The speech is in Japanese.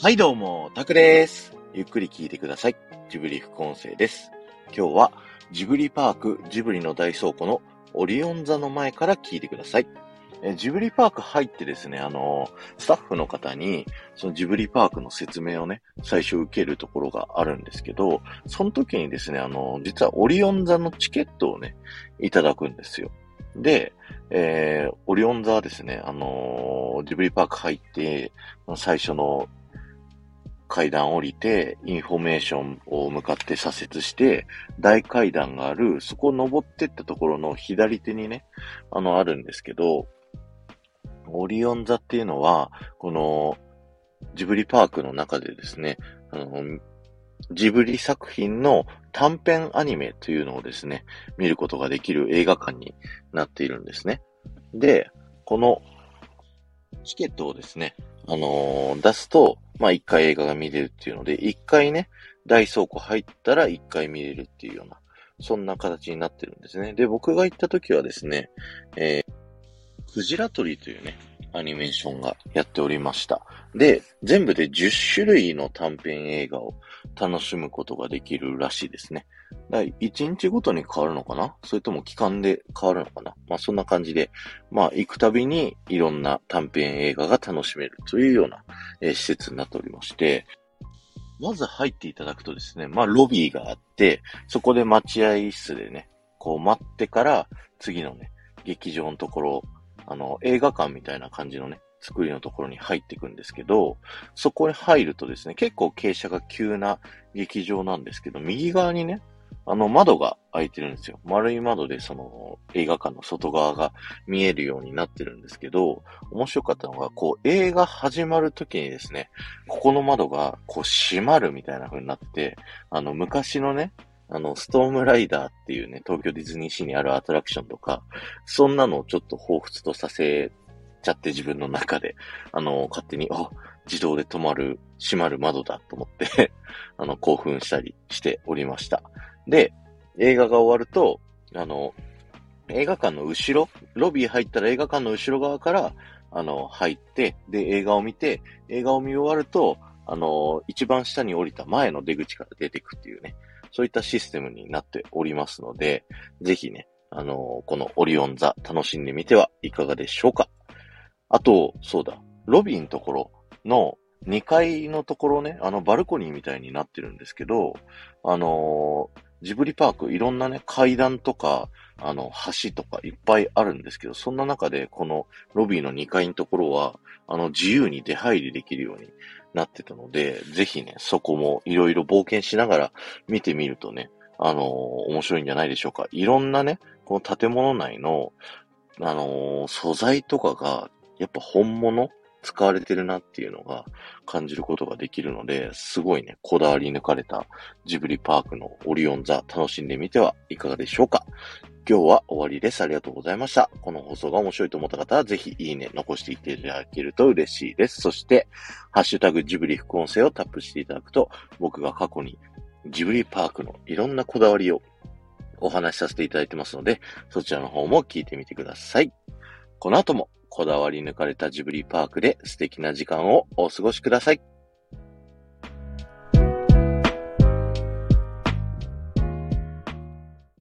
はいどうも、タクです。ゆっくり聞いてください。ジブリ副音声です。今日はジブリパーク、ジブリの大倉庫のオリオン座の前から聞いてください。ジブリパーク入ってですね、スタッフの方に、そのジブリパークの説明をね、最初受けるところがあるんですけど、その時にですね、実はオリオン座のチケットをね、いただくんですよ。で、オリオン座はですね、ジブリパーク入って、最初の階段降りて、インフォメーションを向かって左折して、大階段がある、そこを登ってったところの左手にね、あるんですけど、オリオン座っていうのは、この、ジブリパークの中でですね、ジブリ作品の短編アニメというのをですね、見ることができる映画館になっているんですね。で、このチケットをですね、出すと、一回映画が見れるっていうので、一回ね、大倉庫入ったら一回見れるっていうような、そんな形になってるんですね。で、僕が行った時はですね、クジラ取りというね、アニメーションがやっておりました。で、全部で10種類の短編映画を楽しむことができるらしいですね。1日ごとに変わるのかな、それとも期間で変わるのかな、そんな感じで、行くたびにいろんな短編映画が楽しめるというような、施設になっておりまして、まず入っていただくとですね、ロビーがあって、そこで待合室でね、こう待ってから次のね、劇場のところ、映画館みたいな感じのね、作りのところに入っていくんですけど、そこに入るとですね、結構傾斜が急な劇場なんですけど、右側にね、窓が開いてるんですよ。丸い窓でその映画館の外側が見えるようになってるんですけど、面白かったのが、こう映画始まるときにですね、ここの窓がこう閉まるみたいな風になってて、昔のね、ストームライダーっていうね、東京ディズニーシーにあるアトラクションとか、そんなのをちょっと彷彿とさせちゃって自分の中で、勝手に、自動で止まる、閉まる窓だと思って興奮したりしておりました。で、映画が終わると、映画館の後ろ、ロビー入ったら映画館の後ろ側から、入って、で、映画を見て、映画を見終わると、一番下に降りた前の出口から出てくっていうね、そういったシステムになっておりますので、ぜひね、このオリオン座楽しんでみてはいかがでしょうか。あと、そうだ、ロビーのところの2階のところね、バルコニーみたいになってるんですけど、ジブリパークいろんなね、階段とか、橋とかいっぱいあるんですけど、そんな中でこのロビーの2階のところは、自由に出入りできるようになってたので、ぜひね、そこもいろいろ冒険しながら見てみるとね、面白いんじゃないでしょうか。いろんなね、この建物内の、素材とかが、やっぱ本物使われてるなっていうのが感じることができるので、すごいね、こだわり抜かれたジブリパークのオリオン座楽しんでみてはいかがでしょうか。今日は終わりです。ありがとうございました。この放送が面白いと思った方は、ぜひいいね、残していただけると嬉しいです。そして、ハッシュタグジブリ副音声をタップしていただくと、僕が過去にジブリパークのいろんなこだわりをお話しさせていただいてますので、そちらの方も聞いてみてください。この後もこだわり抜かれたジブリパークで素敵な時間をお過ごしください。